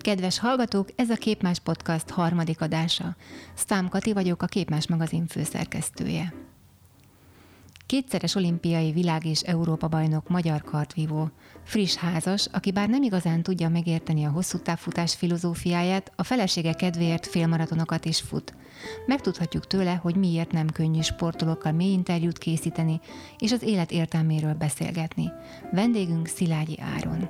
Kedves hallgatók, ez a Képmás Podcast harmadik adása. Sztám Kati vagyok, a Képmás magazin főszerkesztője. Kétszeres olimpiai világ- és Európa-bajnok magyar kartvívó, friss házas, aki bár nem igazán tudja megérteni a hosszú távfutás filozófiáját, a felesége kedvéért félmaratonokat is fut. Megtudhatjuk tőle, hogy miért nem könnyű sportolókkal mély interjút készíteni, és az élet értelméről beszélgetni. Vendégünk Szilágyi Áron.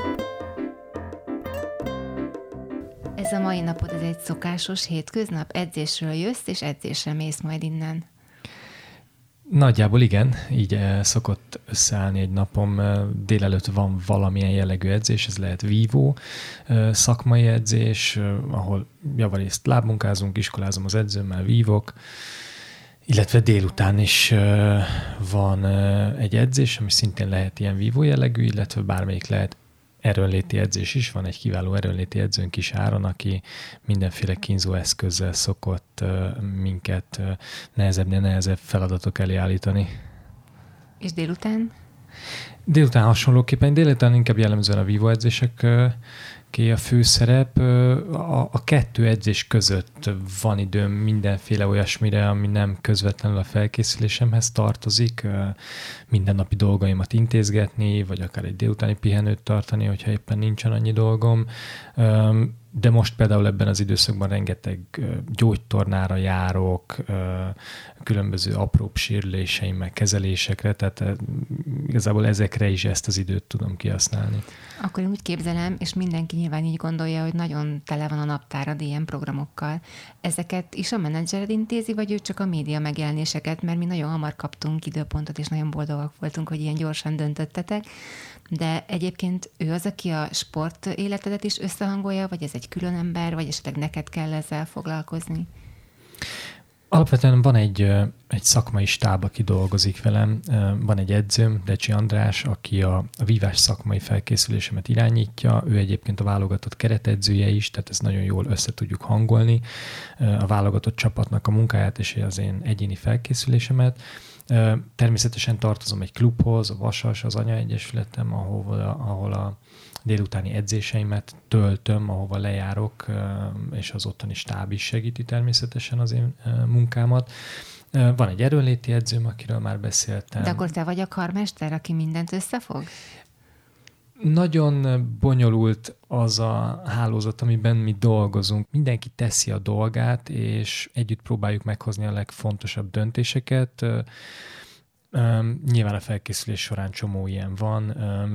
Ez a mai napod, ez egy szokásos hétköznap? Edzésről jössz, és edzésre mész majd innen. Nagyjából igen, így szokott összeállni egy napom. Délelőtt van valamilyen jellegű edzés, ez lehet vívó, szakmai edzés, ahol javarészt lábmunkázunk, iskolázom az edzőmmel, vívok, illetve délután is van egy edzés, ami szintén lehet ilyen vívó jellegű, illetve bármelyik lehet erőnléti edzés is. Van egy kiváló erőnléti edzőnk is, Áron, aki mindenféle kínzó eszközzel szokott minket nehezebb feladatok elé állítani. És délután? Délután hasonlóképpen, délután inkább jellemzően a vívó edzések a főszerep. A kettő edzés között van időm mindenféle olyasmire, ami nem közvetlenül a felkészülésemhez tartozik, mindennapi dolgaimat intézgetni, vagy akár egy délutáni pihenőt tartani, hogyha éppen nincsen annyi dolgom. De most például ebben az időszakban rengeteg gyógytornára járok, különböző apróbb sérüléseimmel, kezelésekre, tehát igazából ezekre is ezt az időt tudom kihasználni. Akkor én úgy képzelem, és mindenki nyilván így gondolja, hogy nagyon tele van a naptárad ilyen programokkal. Ezeket is a menedzsered intézi, vagy ő csak a média megjelenéseket? Mert mi nagyon hamar kaptunk időpontot, és nagyon boldogak voltunk, hogy ilyen gyorsan döntöttetek. De egyébként ő az, aki a sport életedet is összehangolja, vagy ez egy külön ember, vagy esetleg neked kell ezzel foglalkozni? Alapvetően van egy szakmai stáb, aki dolgozik velem. Van egy edzőm, Decsi András, aki a vívás szakmai felkészülésemet irányítja. Ő egyébként a válogatott keretedzője is, tehát ezt nagyon jól össze tudjuk hangolni. A válogatott csapatnak a munkáját és az én egyéni felkészülésemet. Természetesen tartozom egy klubhoz, a Vasas, az anyaegyesületem, ahol a délutáni edzéseimet töltöm, ahova lejárok, és az ottani stáb is segíti természetesen az én munkámat. Van egy erőnléti edzőm, akiről már beszéltem. De akkor te vagy a karmester, aki mindent összefog? Nagyon bonyolult az a hálózat, amiben mi dolgozunk. Mindenki teszi a dolgát, és együtt próbáljuk meghozni a legfontosabb döntéseket. Nyilván a felkészülés során csomó ilyen van.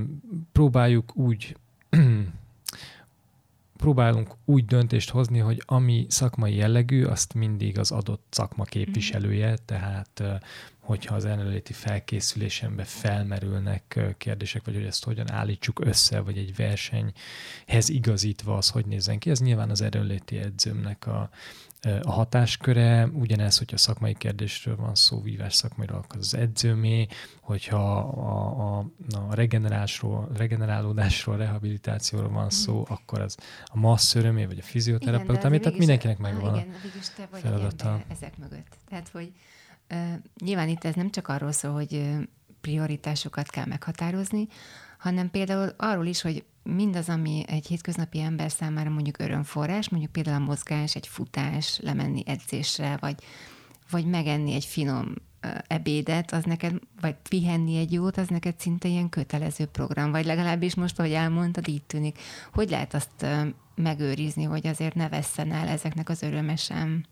Próbálunk úgy döntést hozni, hogy ami szakmai jellegű, azt mindig az adott szakma képviselője, tehát hogyha az erőnléti felkészülésemben felmerülnek kérdések, vagy hogy ezt hogyan állítsuk össze, vagy egy versenyhez igazítva az hogy nézzen ki, ez nyilván az erőnléti edzőmnek a hatásköre. Ugyanez, hogyha szakmai kérdésről van szó, vívás szakmairól, akkor az edzőmé, hogyha a regenerálódásról, rehabilitációról van szó, akkor az a masszörömé, vagy a fizioterapeutamé, tehát mindenkinek megvan a feladata. Igen, ezek mögött. Tehát, hogy nyilván itt ez nem csak arról szól, hogy prioritásokat kell meghatározni, hanem például arról is, hogy mindaz, ami egy hétköznapi ember számára mondjuk örömforrás, mondjuk például a mozgás, egy futás, lemenni edzésre, vagy megenni egy finom ebédet, az neked, vagy pihenni egy jót, az neked szinte ilyen kötelező program, vagy legalábbis most, ahogy elmondtad, így tűnik. Hogy lehet azt megőrizni, hogy azért ne vesszen el ezeknek az öröme sem?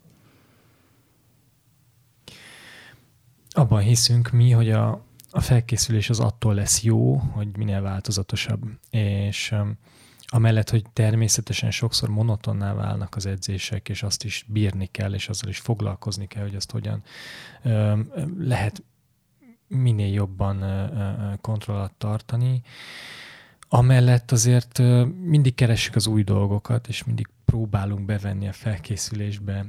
Abban hiszünk mi, hogy a felkészülés az attól lesz jó, hogy minél változatosabb. És amellett, hogy természetesen sokszor monotonná válnak az edzések, és azt is bírni kell, és azzal is foglalkozni kell, hogy azt hogyan lehet minél jobban kontroll alatt tartani. Amellett azért mindig keressük az új dolgokat, és mindig próbálunk bevenni a felkészülésbe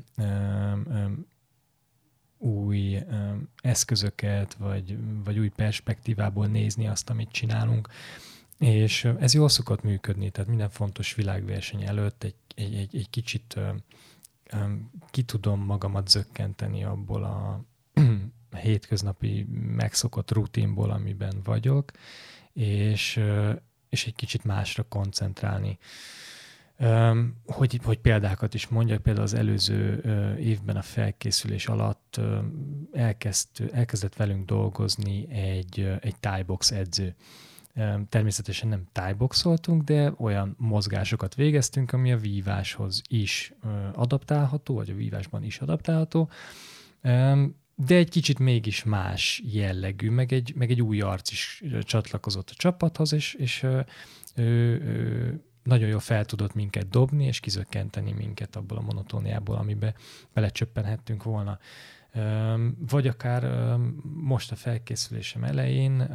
új eszközöket, vagy új perspektívából nézni azt, amit csinálunk. És ez jól szokott működni, tehát minden fontos világverseny előtt egy kicsit ki tudom magamat zökkenteni abból a hétköznapi megszokott rutinból, amiben vagyok, és egy kicsit másra koncentrálni. Hogy példákat is mondjak, például az előző évben a felkészülés alatt elkezdett velünk dolgozni egy thai-box edző. Természetesen nem thai-boxoltunk, de olyan mozgásokat végeztünk, ami a víváshoz is adaptálható, vagy a vívásban is adaptálható, de egy kicsit mégis más jellegű, meg egy új arc is csatlakozott a csapathoz, és nagyon jól fel tudott minket dobni, és kizökkenteni minket abból a monotóniából, amiben belecsöppenhettünk volna. Vagy akár most a felkészülésem elején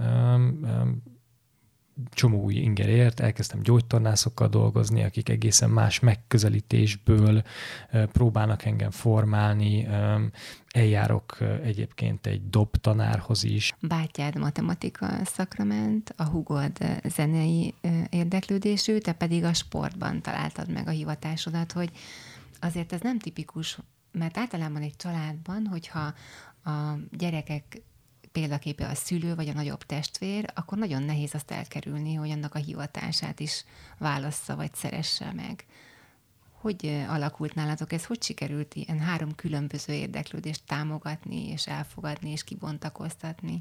csomó új ingerért, elkezdtem gyógytornászokkal dolgozni, akik egészen más megközelítésből próbálnak engem formálni. Eljárok egyébként egy dobtanárhoz is. Bátyád matematika szakra ment, a húgod zenei érdeklődésű, te pedig a sportban találtad meg a hivatásodat, hogy azért ez nem tipikus, mert általában egy családban, hogyha a gyerekek példaképe a szülő vagy a nagyobb testvér, akkor nagyon nehéz azt elkerülni, hogy annak a hivatását is válassza vagy szeresse meg. Hogy alakult nálatok ez? Hogy sikerült ilyen 3 különböző érdeklődést támogatni, és elfogadni, és kibontakoztatni?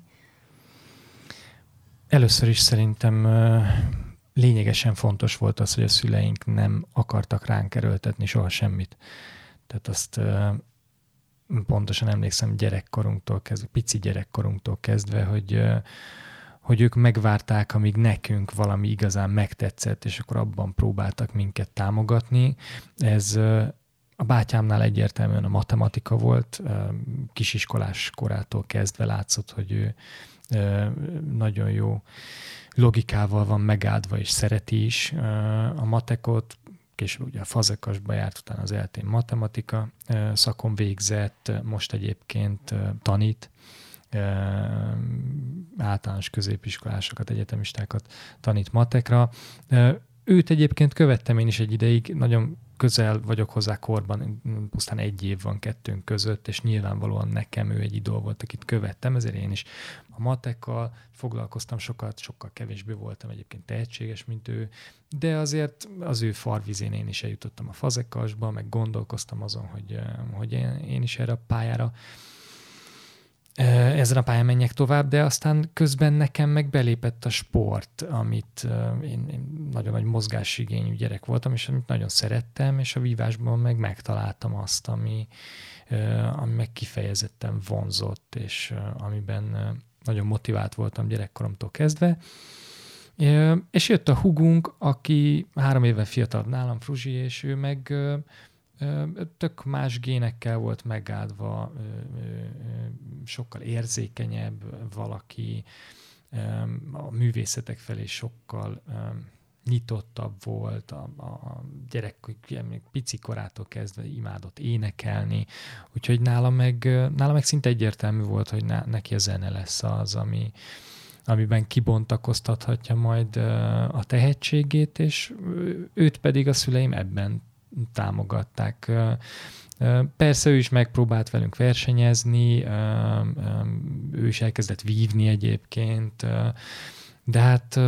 Először is szerintem lényegesen fontos volt az, hogy a szüleink nem akartak ránk erőltetni soha semmit. Tehát azt pontosan emlékszem pici gyerekkorunktól kezdve, hogy ők megvárták, amíg nekünk valami igazán megtetszett, és akkor abban próbáltak minket támogatni. Ez a bátyámnál egyértelműen a matematika volt, kisiskolás korától kezdve látszott, hogy ő nagyon jó logikával van megáldva, és szereti is a matekot. Később ugye a Fazekasba járt, utána az eltén matematika szakon végzett, most egyébként tanít, általános középiskolásokat, egyetemistákat tanít matekra. Őt egyébként követtem én is egy ideig, nagyon közel vagyok hozzá korban, pusztán 1 év van kettőnk között, és nyilvánvalóan nekem ő egy idol volt, akit követtem, ezért én is a matekkal foglalkoztam sokat, sokkal kevésbé voltam egyébként tehetséges, mint ő, de azért az ő farvizén én is eljutottam a Fazekasba, meg gondolkoztam azon, hogy én is erre a pályára ezen a pályán menjek tovább, de aztán közben nekem meg belépett a sport, amit én nagyon nagy mozgásigényű gyerek voltam, és amit nagyon szerettem, és a vívásban meg megtaláltam azt, ami meg kifejezetten vonzott, és amiben nagyon motivált voltam gyerekkoromtól kezdve. És jött a húgunk, aki 3 évvel fiatalabb nálam, Fruzsi, és ő meg tök más génekkel volt megáldva, sokkal érzékenyebb valaki, a művészetek felé sokkal nyitottabb volt, a gyerek pici korától kezdve imádott énekelni, úgyhogy nálam meg szinte egyértelmű volt, hogy neki a zene lesz az, amiben kibontakoztathatja majd a tehetségét, és őt pedig a szüleim ebben támogatták. Persze ő is megpróbált velünk versenyezni, ő is elkezdett vívni egyébként, de hát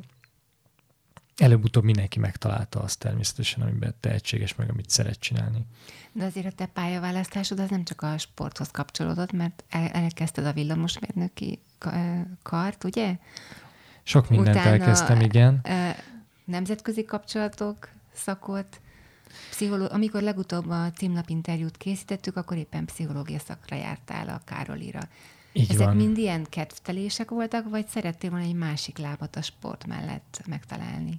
előbb-utóbb mindenki megtalálta azt természetesen, amiben tehetséges, meg amit szeret csinálni. De azért a te pályaválasztásod az nem csak a sporthoz kapcsolódott, mert elkezdted a villamosmérnöki kart, ugye? Sok mindent elkezdtem, igen. Nemzetközi kapcsolatok szakot, amikor legutóbb a címlapinterjút készítettük, akkor éppen pszichológia szakra jártál a Károlira. Ezek mind ilyen kedvtelések voltak, vagy szerettél volna egy másik lábat a sport mellett megtalálni?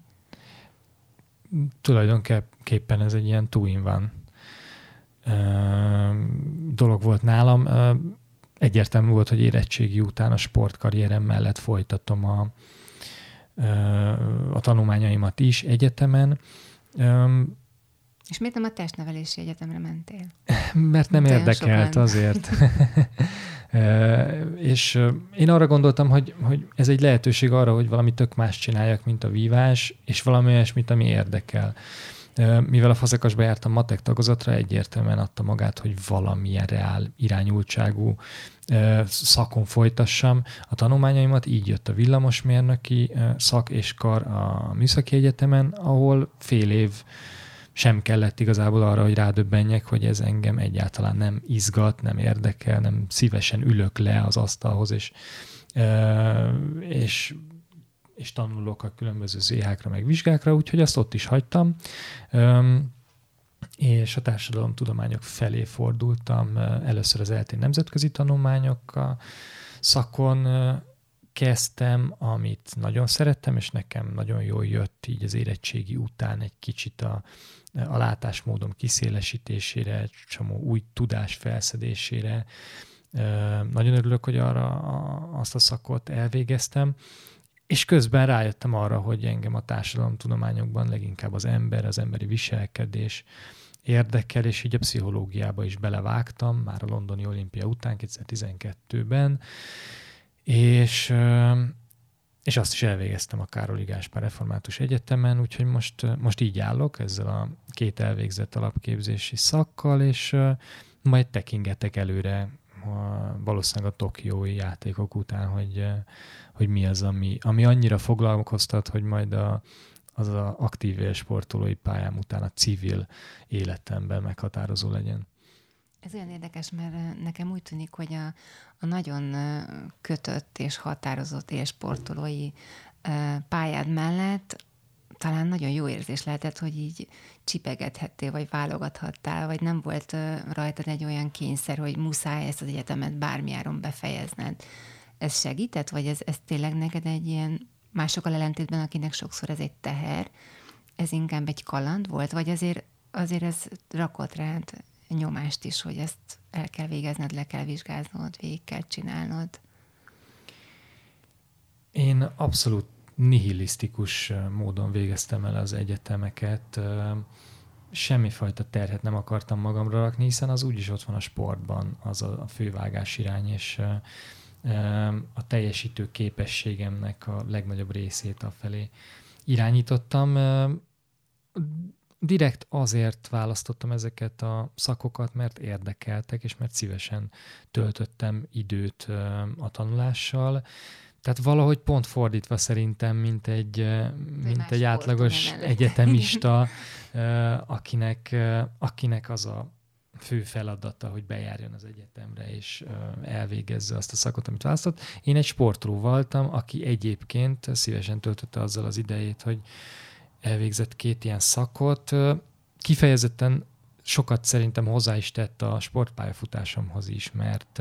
Tulajdonképpen ez egy ilyen two-in-one dolog volt nálam. Egyértelmű volt, hogy érettségi után a sportkarrierem mellett folytatom a tanulmányaimat is egyetemen. És miért nem a testnevelési egyetemre mentél? Mert nem érdekelt azért. És én arra gondoltam, hogy ez egy lehetőség arra, hogy valami tök más csináljak, mint a vívás, és valami olyasmit, ami érdekel. Mivel a Fazekasba jártam matek tagozatra, egyértelműen adta magát, hogy valamilyen reál irányultságú szakon folytassam a tanulmányaimat. Így jött a villamosmérnöki szak és kar a Műszaki Egyetemen, ahol fél év sem kellett igazából arra, hogy rádöbbenjek, hogy ez engem egyáltalán nem izgat, nem érdekel, nem szívesen ülök le az asztalhoz, és tanulok a különböző ZH-kra, meg vizsgákra, úgyhogy azt ott is hagytam. És a társadalomtudományok felé fordultam. Először az ELTE nemzetközi tanulmányokkal szakon kezdtem, amit nagyon szerettem, és nekem nagyon jól jött így az érettségi után egy kicsit a látásmódom kiszélesítésére, egy csomó új tudás felszedésére. Nagyon örülök, hogy azt a szakot elvégeztem, és közben rájöttem arra, hogy engem a társadalomtudományokban leginkább az emberi viselkedés érdekel, és így a pszichológiába is belevágtam, már a londoni olimpia után, 2012-ben, és azt is elvégeztem a Károli Gáspár Református Egyetemen, úgyhogy most így állok ezzel a 2 elvégzett alapképzési szakkal, és majd tekingetek előre valószínűleg a tokiói játékok után, hogy mi az, ami annyira foglalkoztat, hogy majd az aktív élsportolói pályám után a civil életemben meghatározó legyen. Ez olyan érdekes, mert nekem úgy tűnik, hogy a nagyon kötött és határozott élsportolói pályád mellett talán nagyon jó érzés lehetett, hogy így csipegethettél, vagy válogathattál, vagy nem volt rajtad egy olyan kényszer, hogy muszáj ezt az egyetemet bármiáron befejezned. Ez segített, vagy ez tényleg neked egy ilyen másokkal ellentétben, akinek sokszor ez egy teher, ez inkább egy kaland volt, vagy azért ez rakott rád nyomást is, hogy ezt el kell végezned, le kell vizsgáznod, végig kell csinálnod? Én abszolút nihilisztikus módon végeztem el az egyetemeket. Semmifajta terhet nem akartam magamra rakni, hiszen az úgyis ott van a sportban, az a fővágás irány, és a teljesítő képességemnek a legnagyobb részét afelé irányítottam. Direkt azért választottam ezeket a szakokat, mert érdekeltek, és mert szívesen töltöttem időt a tanulással. Tehát valahogy pont fordítva szerintem, mint egy átlagos egyetemista, akinek az a fő feladata, hogy bejárjon az egyetemre, és elvégezze azt a szakot, amit választott. Én egy sportoló voltam, aki egyébként szívesen töltötte azzal az idejét, hogy elvégzett 2 ilyen szakot. Kifejezetten sokat szerintem hozzá is tett a sportpályafutásomhoz is, mert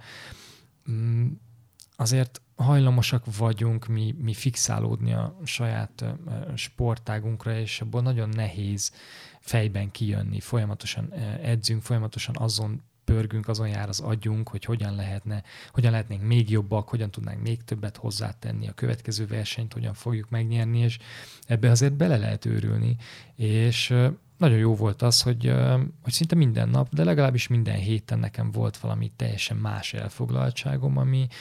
azért hajlamosak vagyunk mi fixálódni a saját sportágunkra, és abból nagyon nehéz fejben kijönni. Folyamatosan edzünk, folyamatosan azon pörgünk, azon jár az agyunk, hogy hogyan lehetnénk még jobbak, hogyan tudnánk még többet hozzátenni a következő versenyt, hogyan fogjuk megnyerni, és ebbe azért bele lehet őrülni. És nagyon jó volt az, hogy szinte minden nap, de legalábbis minden héten nekem volt valami teljesen más elfoglaltságom,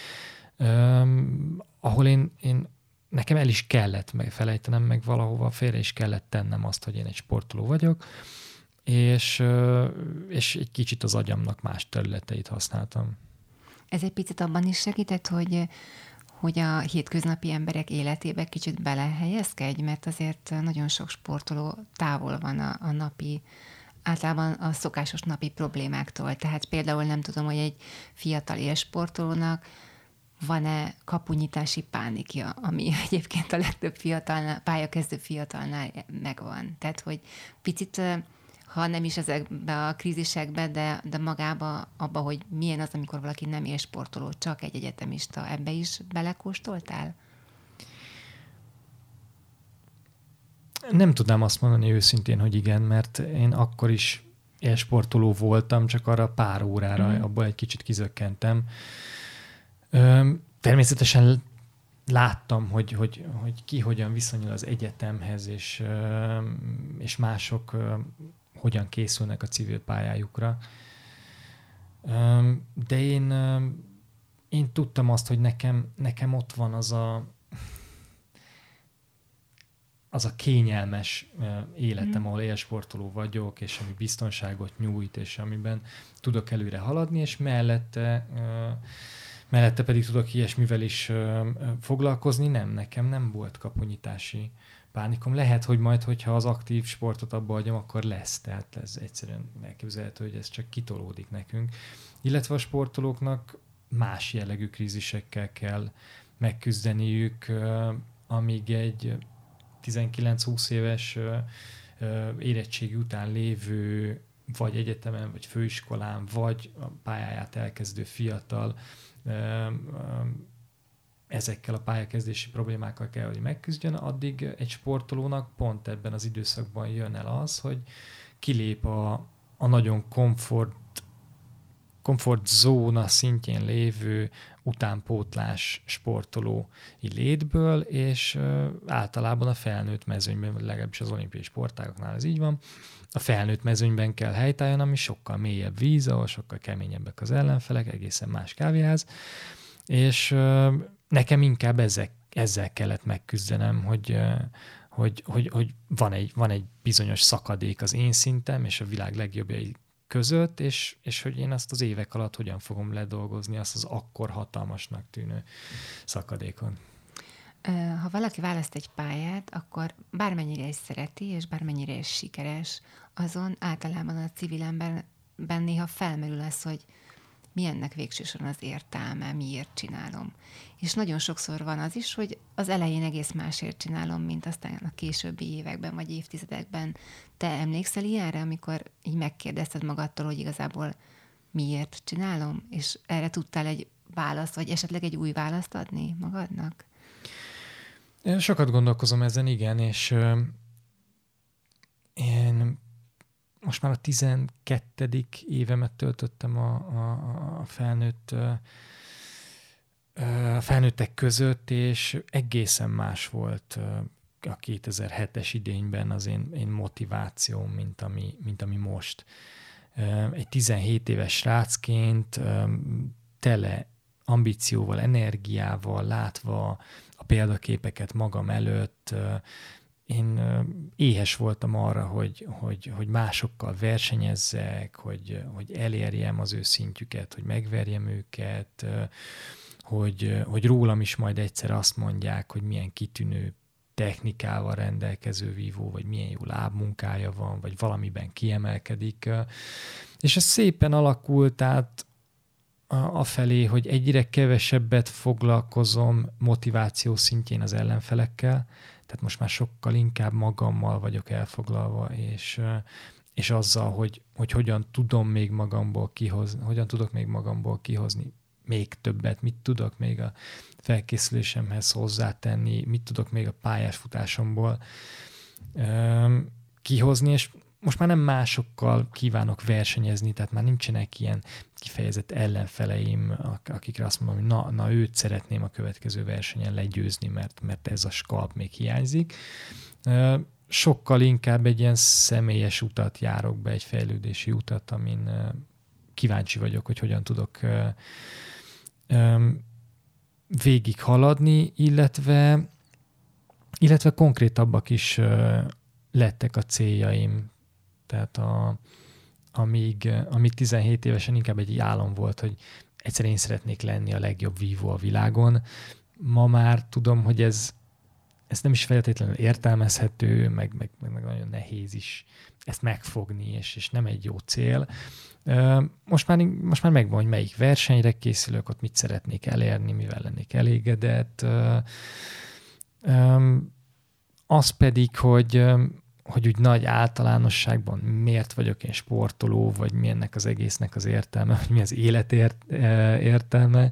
ahol nekem el is kellett megfelejtenem, meg valahova félre is kellett tennem azt, hogy én egy sportoló vagyok, és egy kicsit az agyamnak más területeit használtam. Ez egy picit abban is segített, hogy a hétköznapi emberek életébe kicsit belehelyezkedj, mert azért nagyon sok sportoló távol van a napi, általában a szokásos napi problémáktól. Tehát például nem tudom, hogy egy fiatal élsportolónak van-e kapunyitási pánikja, ami egyébként a legtöbb pályakezdő fiatalnál megvan. Tehát, hogy picit, ha nem is ezekbe a krízisekbe, de magába abba, hogy milyen az, amikor valaki nem élsportoló, csak egy egyetemista, ebbe is belekóstoltál? Nem tudnám azt mondani őszintén, hogy igen, mert én akkor is élsportoló voltam, csak arra pár órára, abból egy kicsit kizökkentem. Természetesen láttam, hogy ki hogyan viszonyul az egyetemhez, és mások hogyan készülnek a civil pályájukra. De én tudtam azt, hogy nekem ott van az a kényelmes életem, ahol élsportoló vagyok, és ami biztonságot nyújt, és amiben tudok előre haladni, és mellette pedig tudok ilyesmivel is foglalkozni. Nekem nem volt kapunyítási pánikom. Lehet, hogy majd, hogyha az aktív sportot abba hagyom, akkor lesz. Tehát ez egyszerűen elképzelhető, hogy ez csak kitolódik nekünk. Illetve a sportolóknak más jellegű krízisekkel kell megküzdeniük, amíg egy 19-20 éves érettségi után lévő, vagy egyetemen, vagy főiskolán, vagy a pályáját elkezdő fiatal ezekkel a pályakezdési problémákkal kell, hogy megküzdjön, addig egy sportolónak pont ebben az időszakban jön el az, hogy kilép a nagyon komfort zóna szintjén lévő utánpótlás sportolói létből, és általában a felnőtt mezőnyben, legalábbis az olimpiai sportágoknál ez így van, a felnőtt mezőnyben kell helytálljon, ami sokkal mélyebb víz, ahol sokkal keményebbek az ellenfelek, egészen más kávéház, és nekem inkább ezzel kellett megküzdenem, hogy van egy bizonyos szakadék az én szintem és a világ legjobbjai között, és hogy én azt az évek alatt hogyan fogom ledolgozni azt az akkor hatalmasnak tűnő szakadékon. Ha valaki választ egy pályát, akkor bármennyire is szereti, és bármennyire is sikeres, azon általában a civil emberben néha felmerül az, hogy mi ennek végső soron az értelme, miért csinálom. És nagyon sokszor van az is, hogy az elején egész másért csinálom, mint aztán a későbbi években vagy évtizedekben. Te emlékszel ilyenre, amikor így megkérdezted magadtól, hogy igazából miért csinálom, és erre tudtál egy választ, vagy esetleg egy új választ adni magadnak? Én sokat gondolkozom ezen, igen, és én most már a 12. évemet töltöttem a felnőttek között, és egészen más volt a 2007-es idényben az én motivációm, mint ami most. Egy 17 éves srácként tele ambícióval, energiával, látva a példaképeket magam előtt, én éhes voltam arra, hogy másokkal versenyezzek, hogy elérjem az ő szintjüket, hogy megverjem őket, hogy rólam is majd egyszer azt mondják, hogy milyen kitűnő technikával rendelkező vívó, vagy milyen jó lábmunkája van, vagy valamiben kiemelkedik. És ez szépen alakult át afelé, hogy egyre kevesebbet foglalkozom motiváció szintjén az ellenfelekkel, tehát most már sokkal inkább magammal vagyok elfoglalva, és azzal, hogy hogyan tudok még magamból kihozni még többet, mit tudok még a felkészülésemhez hozzátenni, mit tudok még a pályásfutásomból kihozni, és most már nem másokkal kívánok versenyezni, tehát már nincsenek ilyen kifejezett ellenfeleim, akikre azt mondom, hogy na őt szeretném a következő versenyen legyőzni, mert ez a skalp még hiányzik. Sokkal inkább egy ilyen személyes utat járok be, egy fejlődési utat, amin kíváncsi vagyok, hogy hogyan tudok végig haladni, illetve konkrétabbak is lettek a céljaim. Tehát amíg 17 évesen inkább egy álom volt, hogy egyszer én szeretnék lenni a legjobb vívó a világon. Ma már tudom, hogy ez nem is feltétlenül értelmezhető, meg nagyon nehéz is ezt megfogni, és nem egy jó cél. Most már megvan, hogy melyik versenyre készülök, ott mit szeretnék elérni, mivel lennék elégedett. Az pedig, hogy úgy nagy általánosságban miért vagyok én sportoló, vagy mi ennek az egésznek az értelme, vagy mi az élet értelme.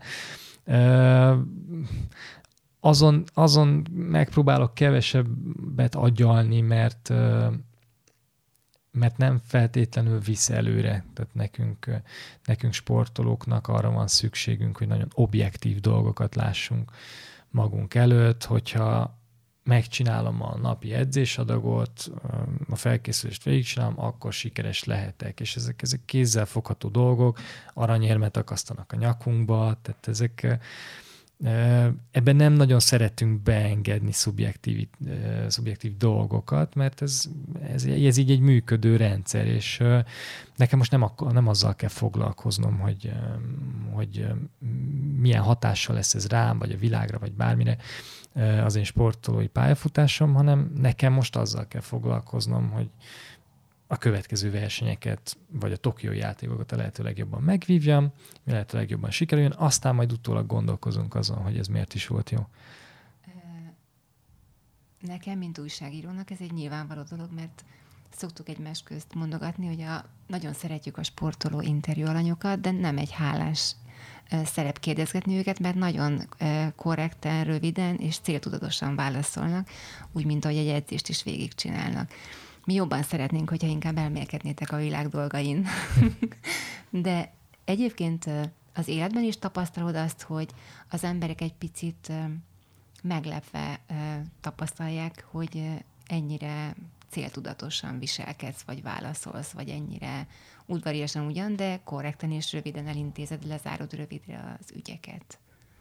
Azon megpróbálok kevesebbet agyalni, mert nem feltétlenül visz előre. Tehát nekünk sportolóknak arra van szükségünk, hogy nagyon objektív dolgokat lássunk magunk előtt, hogyha megcsinálom a napi edzésadagot, a felkészülést végigcsinálom, akkor sikeres lehetek. És ezek kézzel fogható dolgok, aranyérmet akasztanak a nyakunkba, tehát Ebben nem nagyon szeretünk beengedni szubjektív dolgokat, mert ez így egy működő rendszer, és nekem most nem azzal kell foglalkoznom, hogy milyen hatással lesz ez rám, vagy a világra, vagy bármire az én sportolói pályafutásom, hanem nekem most azzal kell foglalkoznom, hogy a következő versenyeket, vagy a tokiói játékokat a lehető legjobban megvívjam, a lehető legjobban sikerüljön, aztán majd utólag gondolkozunk azon, hogy ez miért is volt jó. Nekem, mint újságírónak ez egy nyilvánvaló dolog, mert szoktuk egymás közt mondogatni, hogy nagyon szeretjük a sportoló interjú alanyokat, de nem egy hálás szerep kérdezgetni őket, mert nagyon korrekten, röviden és céltudatosan válaszolnak, úgy, mint ahogy egy edzést is végigcsinálnak. Mi jobban szeretnénk, hogyha inkább elmélkednétek a világ dolgain. De egyébként az életben is tapasztalod azt, hogy az emberek egy picit meglepve tapasztalják, hogy ennyire céltudatosan viselkedsz, vagy válaszolsz, vagy ennyire udvariasan ugyan, de korrekten és röviden elintézed, lezárod rövidre az ügyeket.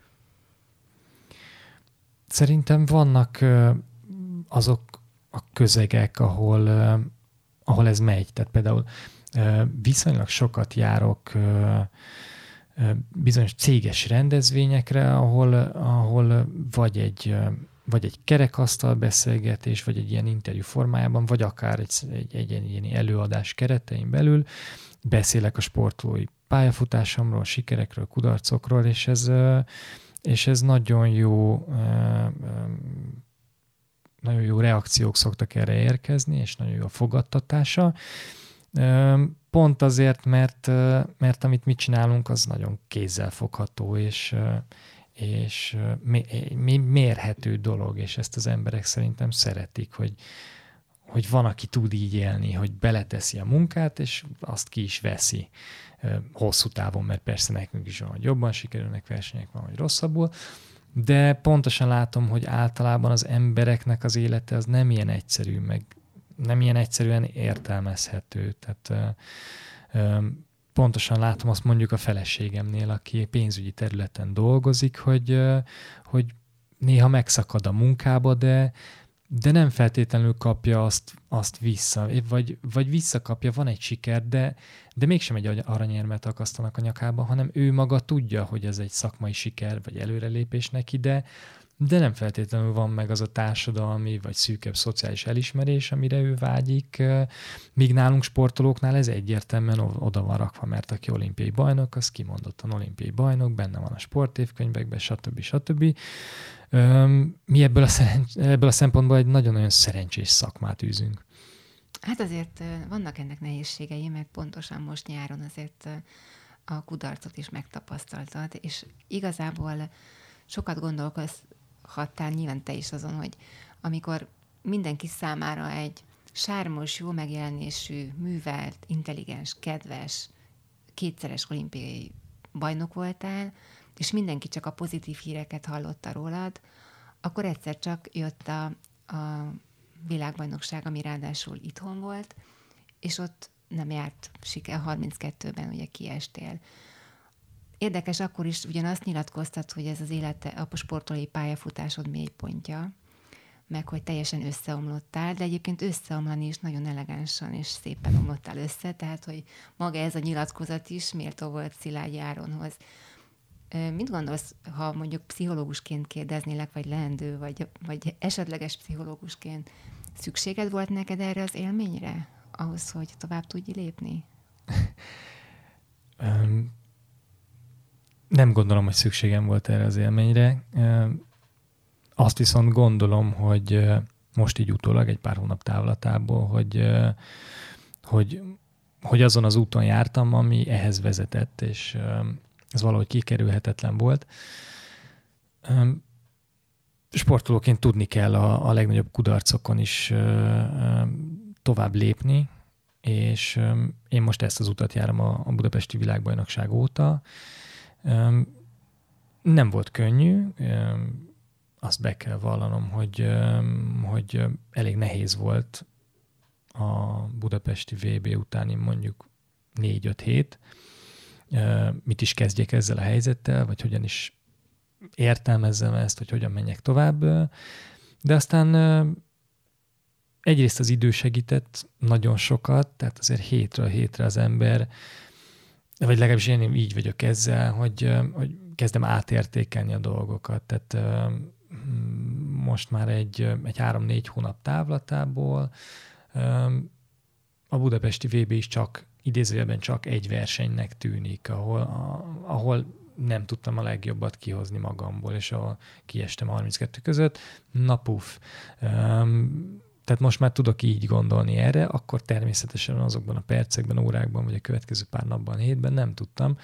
Szerintem vannak azok a közegek, ahol ez megy. Tehát például viszonylag sokat járok bizonyos céges rendezvényekre, ahol vagy egy kerekasztal beszélgetés, vagy egy ilyen interjú formájában, vagy akár egy ilyen előadás keretein belül beszélek a sportolói pályafutásomról, sikerekről, kudarcokról, és ez nagyon jó reakciók szoktak erre érkezni, és nagyon jó a fogadtatása. Pont azért, mert amit mi csinálunk, az nagyon kézzelfogható, és mérhető dolog, és ezt az emberek szerintem szeretik, hogy van, aki tud így élni, hogy beleteszi a munkát, és azt ki is veszi hosszú távon, mert persze nekünk is van, hogy jobban sikerülnek versenyek, van, hogy rosszabbul, de pontosan látom, hogy általában az embereknek az élete az nem ilyen egyszerű, meg nem ilyen egyszerűen értelmezhető. Tehát pontosan látom azt mondjuk a feleségemnél, aki pénzügyi területen dolgozik, hogy néha megszakad a munkába, de nem feltétlenül kapja azt vissza, vagy visszakapja, van egy siker, de mégsem egy aranyérmet akasztanak a nyakába, hanem ő maga tudja, hogy ez egy szakmai siker, vagy előrelépés neki, de nem feltétlenül van meg az a társadalmi, vagy szűkebb szociális elismerés, amire ő vágyik, míg nálunk sportolóknál ez egyértelműen oda van rakva, mert aki olimpiai bajnok, az kimondottan olimpiai bajnok, benne van a sportévkönyvekben, stb. Mi ebből a szempontból egy nagyon-nagyon szerencsés szakmát űzünk. Hát azért vannak ennek nehézségei, mert pontosan most nyáron azért a kudarcot is megtapasztaltad, és igazából sokat gondolkozhattál nyilván te is azon, hogy amikor mindenki számára egy sármos, jó megjelenésű, művelt, intelligens, kedves, kétszeres olimpiai bajnok voltál, és mindenki csak a pozitív híreket hallotta rólad, akkor egyszer csak jött a világbajnokság, ami ráadásul itthon volt, és ott nem járt siker, 32-ben ugye kiestél. Érdekes, akkor is ugyanazt nyilatkoztat, hogy ez az a sportolói pályafutásod mélypontja, meg hogy teljesen összeomlottál, de egyébként összeomlani is nagyon elegánsan és szépen omlottál össze, tehát hogy maga ez a nyilatkozat is méltó volt Szilágyi Áronhoz. Mit gondolsz, ha mondjuk pszichológusként kérdeznélek, vagy leendő, vagy esetleges pszichológusként, szükséged volt neked erre az élményre, ahhoz, hogy tovább tudj lépni? Nem gondolom, hogy szükségem volt erre az élményre. Azt viszont gondolom, hogy most így utólag, egy pár hónap távlatából, hogy azon az úton jártam, ami ehhez vezetett, és ez valahogy kikerülhetetlen volt. Sportolóként tudni kell a legnagyobb kudarcokon is tovább lépni, és én most ezt az utat járom a Budapesti Világbajnokság óta. Nem volt könnyű, azt be kell vallanom, hogy elég nehéz volt a budapesti VB utáni mondjuk 4-5 hét. Mit is kezdjek ezzel a helyzettel, vagy hogyan is értelmezzem ezt, hogy hogyan menjek tovább. De aztán egyrészt az idő segített nagyon sokat, tehát azért hétről hétre az ember, vagy legalábbis én így vagyok ezzel, hogy kezdem átértékelni a dolgokat. Tehát most már egy 3-4 hónap távlatából a budapesti VB is csak, idézőjelben csak egy versenynek tűnik, ahol nem tudtam a legjobbat kihozni magamból, és ahol kiestem 32 között. Na puf. Tehát most már tudok így gondolni erre, akkor természetesen azokban a percekben, órákban, vagy a következő pár napban, hétben nem tudtam.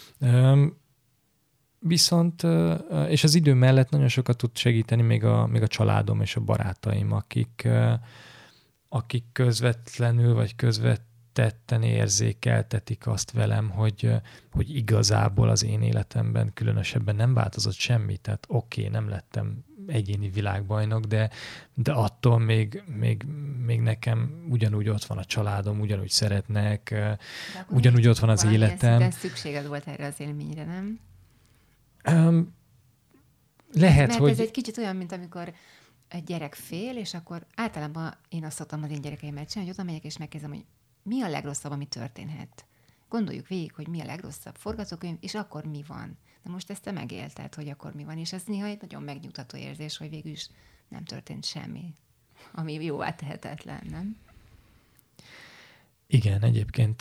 Viszont, és az idő mellett nagyon sokat tud segíteni még a családom és a barátaim, akik közvetlenül vagy közvetetten érzékeltetik azt velem, hogy igazából az én életemben különösebben nem változott semmi. Tehát oké, nem lettem egyéni világbajnok, de attól még nekem ugyanúgy ott van a családom, ugyanúgy szeretnek, ugyanúgy ott van az életem. De szükséged volt erre az élményre, nem? Lehet, mert hogy... ez egy kicsit olyan, mint amikor egy gyerek fél, és akkor általában én azt szoktam az én gyerekeimmel csinálni, hogy oda megyek, és megkezdem, hogy mi a legrosszabb, ami történhet. Gondoljuk végig, hogy mi a legrosszabb forgatókönyv, és akkor mi van. De most ezt te megélted, hogy akkor mi van, és ez néha egy nagyon megnyugtató érzés, hogy végül is nem történt semmi, ami jóvá tehetetlen, nem? Igen, egyébként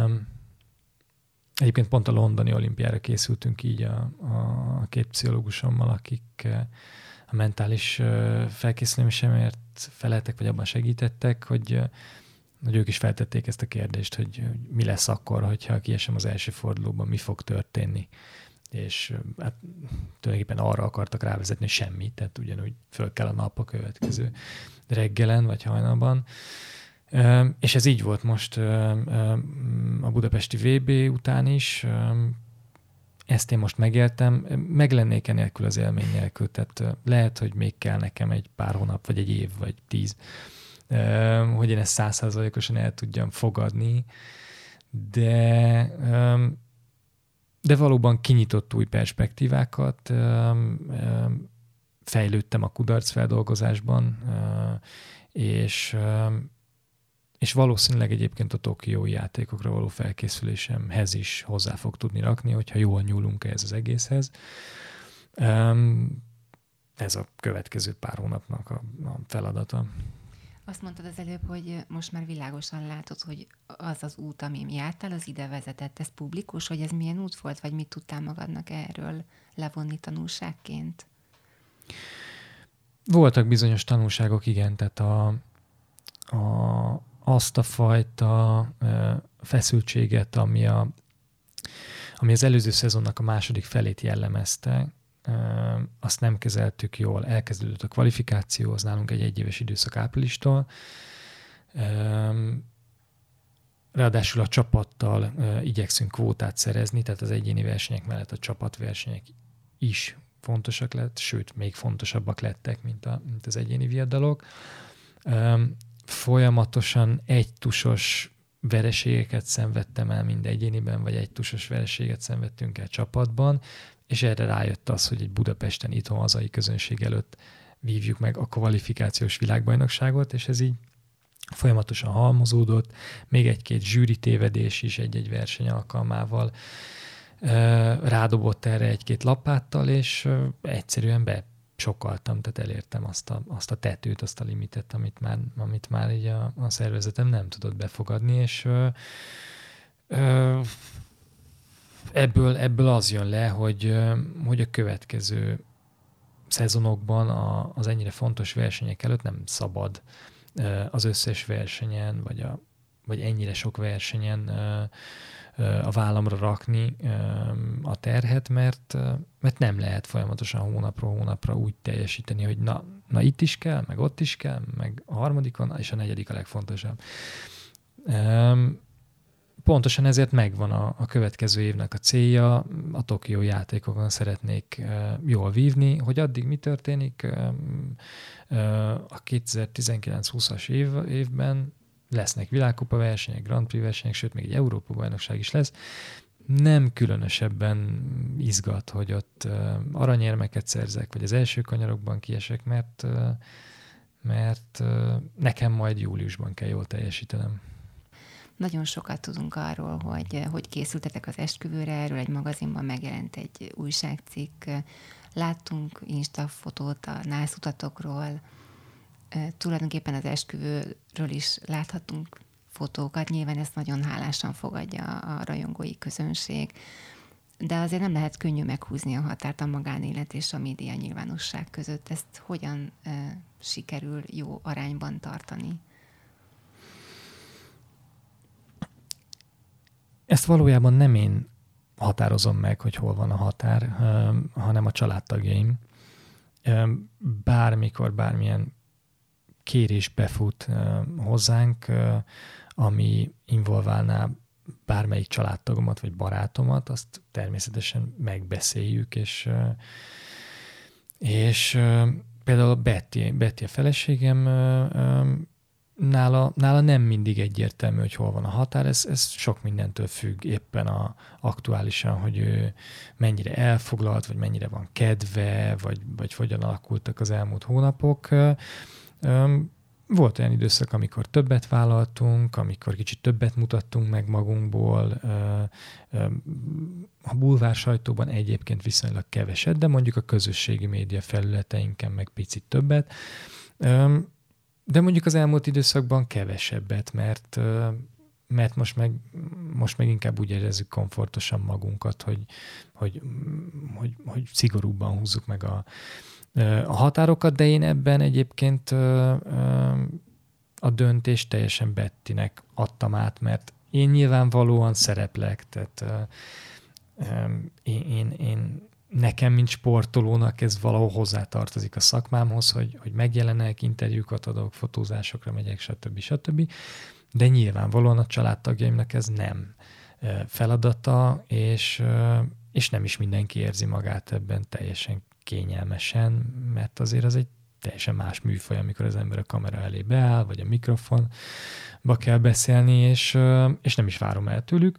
pont a londoni olimpiára készültünk így a két pszichológusommal, akik a mentális felkészülésemért feleltek, vagy abban segítettek, hogy ők is feltették ezt a kérdést, hogy mi lesz akkor, hogyha kiesem az első fordulóban, mi fog történni. És hát tulajdonképpen arra akartak rávezetni, hogy semmit, tehát ugyanúgy föl kell a nap a következő reggelen, vagy hajnalban. És ez így volt most a budapesti VB után is. Ezt én most megéltem. Meg lennék enélkül az élmény nélkül. Tehát lehet, hogy még kell nekem egy pár hónap, vagy egy év, vagy 10, hogy én ezt 100%-osan el tudjam fogadni. De valóban kinyitott új perspektívákat, fejlődtem a kudarcfeldolgozásban, és valószínűleg egyébként a tokiói játékokra való felkészülésemhez is hozzá fog tudni rakni, hogyha jól nyúlunk ehhez az egészhez. Ez a következő pár hónapnak a feladata. Azt mondtad az előbb, hogy most már világosan látod, hogy az az út, amin jártál, az ide vezetett. Ez publikus, hogy ez milyen út volt, vagy mit tudtál magadnak erről levonni tanulságként? Voltak bizonyos tanulságok, igen, tehát azt a fajta feszültséget, ami az előző szezonnak a második felét jellemezte, azt nem kezeltük jól. Elkezdődött a kvalifikáció, az nálunk egy egyéves időszak áprilistól. Ráadásul a csapattal igyekszünk kvótát szerezni, tehát az egyéni versenyek mellett a csapatversenyek is fontosak lett, sőt, még fontosabbak lettek, mint az egyéni viadalok. Folyamatosan egytusos vereségeket szenvedtem el mind egyéniben, vagy egytusos vereséget szenvedtünk el csapatban, és erre rájött az, hogy egy Budapesten itthon hazai közönség előtt vívjuk meg a kvalifikációs világbajnokságot, és ez így folyamatosan halmozódott, még egy-két zsűri tévedés is egy-egy verseny alkalmával rádobott erre egy-két lapáttal, és egyszerűen besokaltam, tehát elértem azt a tetőt, azt a limitet, amit már így a szervezetem nem tudott befogadni, és ebből az jön le, hogy a következő szezonokban az ennyire fontos versenyek előtt nem szabad az összes versenyen, vagy ennyire sok versenyen a vállamra rakni a terhet, mert nem lehet folyamatosan hónapról hónapra úgy teljesíteni, hogy na itt is kell, meg ott is kell, meg a harmadikon, és a negyedik a legfontosabb. Pontosan ezért megvan a következő évnek a célja, a Tokió játékokon szeretnék jól vívni, hogy addig mi történik a 2019-20-as évben lesznek világkupa versenyek, Grand Prix versenyek, sőt még egy Európa-bajnokság is lesz. nem különösebben izgat, hogy ott aranyérmeket szerzek, vagy az első kanyarokban kiesek, mert nekem majd júliusban kell jól teljesítenem. Nagyon sokat tudunk arról, hogy készültetek az esküvőre, erről egy magazinban megjelent egy újságcikk, láttunk Insta fotót a nászutatokról, tulajdonképpen az esküvőről is láthatunk fotókat, nyilván ezt nagyon hálásan fogadja a rajongói közönség, de azért nem lehet könnyű meghúzni a határt a magánélet és a média nyilvánosság között. Ezt hogyan sikerül jó arányban tartani? Ezt valójában nem én határozom meg, hogy hol van a határ, hanem a családtagjaim. Bármikor, bármilyen kérés befut hozzánk, ami involválná bármelyik családtagomat vagy barátomat, azt természetesen megbeszéljük, és például Betty a feleségem, nála nem mindig egyértelmű, hogy hol van a határ, ez sok mindentől függ éppen aktuálisan, hogy ő mennyire elfoglalt, vagy mennyire van kedve, vagy hogyan alakultak az elmúlt hónapok. Volt olyan időszak, amikor többet vállaltunk, amikor kicsit többet mutattunk meg magunkból. A bulvár sajtóban egyébként viszonylag keveset, de mondjuk a közösségi média felületeinken meg picit többet. De mondjuk az elmúlt időszakban kevesebbet, mert most meg inkább úgy érezzük komfortosan magunkat, hogy szigorúbban húzzuk meg a határokat, de én ebben egyébként a döntést teljesen Bettinek adtam át, mert én nyilvánvalóan szereplek, tehát nekem, mint sportolónak ez valahol hozzátartozik a szakmámhoz, hogy megjelenek, interjúkat adok, fotózásokra megyek, stb. De nyilvánvalóan a családtagjaimnak ez nem feladata, és nem is mindenki érzi magát ebben teljesen kényelmesen, mert azért az egy teljesen más műfaj, amikor az ember a kamera elé beáll, vagy a mikrofonba kell beszélni, és nem is várom el tőlük.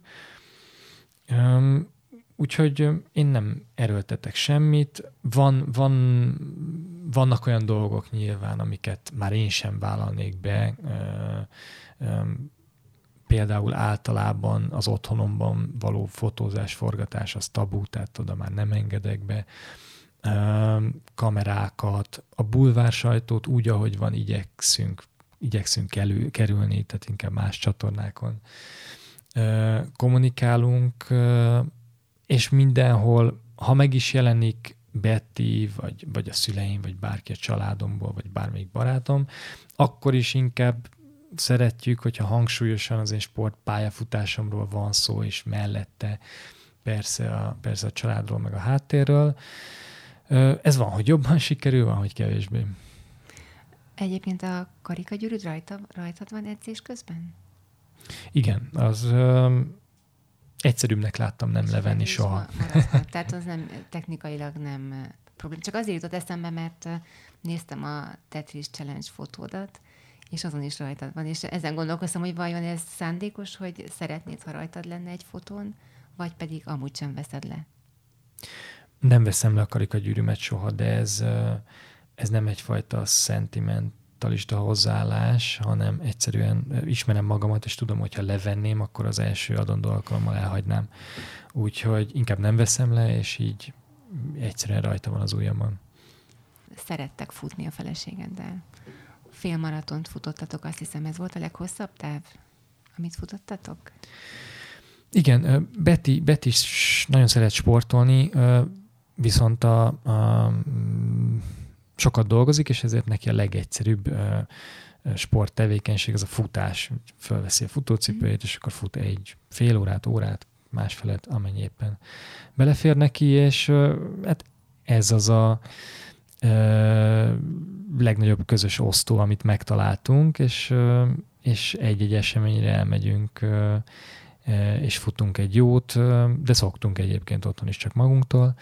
Úgyhogy én nem erőltetek semmit. Vannak olyan dolgok nyilván, amiket már én sem vállalnék be. Például általában az otthonomban való fotózás, forgatás az tabú, tehát oda már nem engedek be. Kamerákat, a bulvár sajtót úgy, ahogy van, igyekszünk kerülni, tehát inkább más csatornákon kommunikálunk, és mindenhol, ha meg is jelenik Betty, vagy a szüleim, vagy bárki a családomból, vagy bármelyik barátom, akkor is inkább szeretjük, hogyha hangsúlyosan az én sportpályafutásomról van szó, és mellette persze a családról, meg a háttérről. Ez van, hogy jobban sikerül, van, hogy kevésbé. Egyébként a karikagyűrűd rajtad van edzés közben? Igen, az egyszerűbbnek láttam nem levenni soha. Tehát az nem, technikailag nem problém. Csak azért jutott eszembe, mert néztem a Tetris Challenge fotódat, és azon is rajtad van. És ezen gondolkoztam, hogy vajon ez szándékos, hogy szeretnéd, ha rajtad lenne egy fotón, vagy pedig amúgy sem veszed le? Nem veszem le a karikagyűrűmet soha, de ez nem egyfajta szentimentalista hozzáállás, hanem egyszerűen ismerem magamat, és tudom, hogyha levenném, akkor az első adandó alkalommal elhagynám. Úgyhogy inkább nem veszem le, és így egyszerűen rajta van az ujjamon. Szerettek futni a feleségeddel. Félmaratont futottatok, azt hiszem, ez volt a leghosszabb táv, amit futottatok? Igen, Betty is nagyon szeret sportolni, viszont sokat dolgozik, és ezért neki a legegyszerűbb sporttevékenység az a futás. Fölveszi a futócipőjét, és akkor fut egy fél órát, másfelet, amennyi éppen belefér neki, és hát ez az a legnagyobb közös osztó, amit megtaláltunk, és egy-egy eseményre elmegyünk, és futunk egy jót, de szoktunk egyébként otthon is csak magunktól.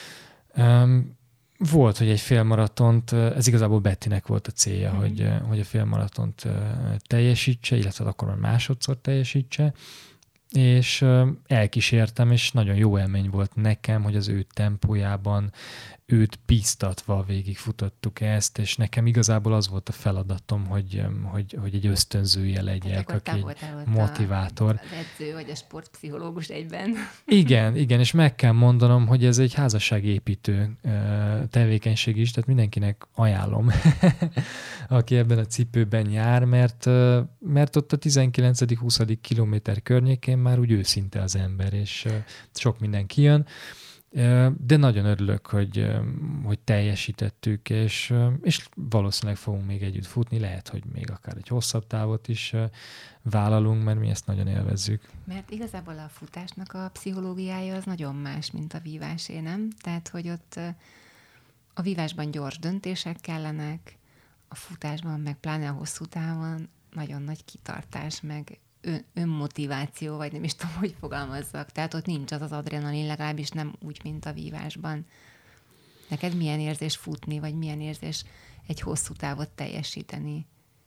Volt, hogy egy félmaratont, ez igazából Bettinek volt a célja, hogy a félmaratont teljesítse, illetve akkor már másodszor teljesítse, és elkísértem, és nagyon jó élmény volt nekem, hogy az ő tempójában őt bíztatva végigfutottuk ezt, és nekem igazából az volt a feladatom, hogy egy ösztönzője legyek, aki egy motivátor. Az edző vagy a sportpszichológus egyben. Igen, és meg kell mondanom, hogy ez egy házasságépítő tevékenység is, tehát mindenkinek ajánlom, aki ebben a cipőben jár, mert ott a 19.-20. kilométer környékén már úgy őszinte az ember, és sok minden kijön. De nagyon örülök, hogy teljesítettük, és valószínűleg fogunk még együtt futni, lehet, hogy még akár egy hosszabb távot is vállalunk, mert mi ezt nagyon élvezzük. Mert igazából a futásnak a pszichológiája az nagyon más, mint a vívásé, nem? Tehát, hogy ott a vívásban gyors döntések kellenek, a futásban, meg pláne a hosszú távon nagyon nagy kitartás, meg önmotiváció, vagy nem is tudom, hogy fogalmazzak. Tehát ott nincs az adrenalin, legalábbis nem úgy, mint a vívásban. Neked milyen érzés futni, vagy milyen érzés egy hosszú távot teljesíteni?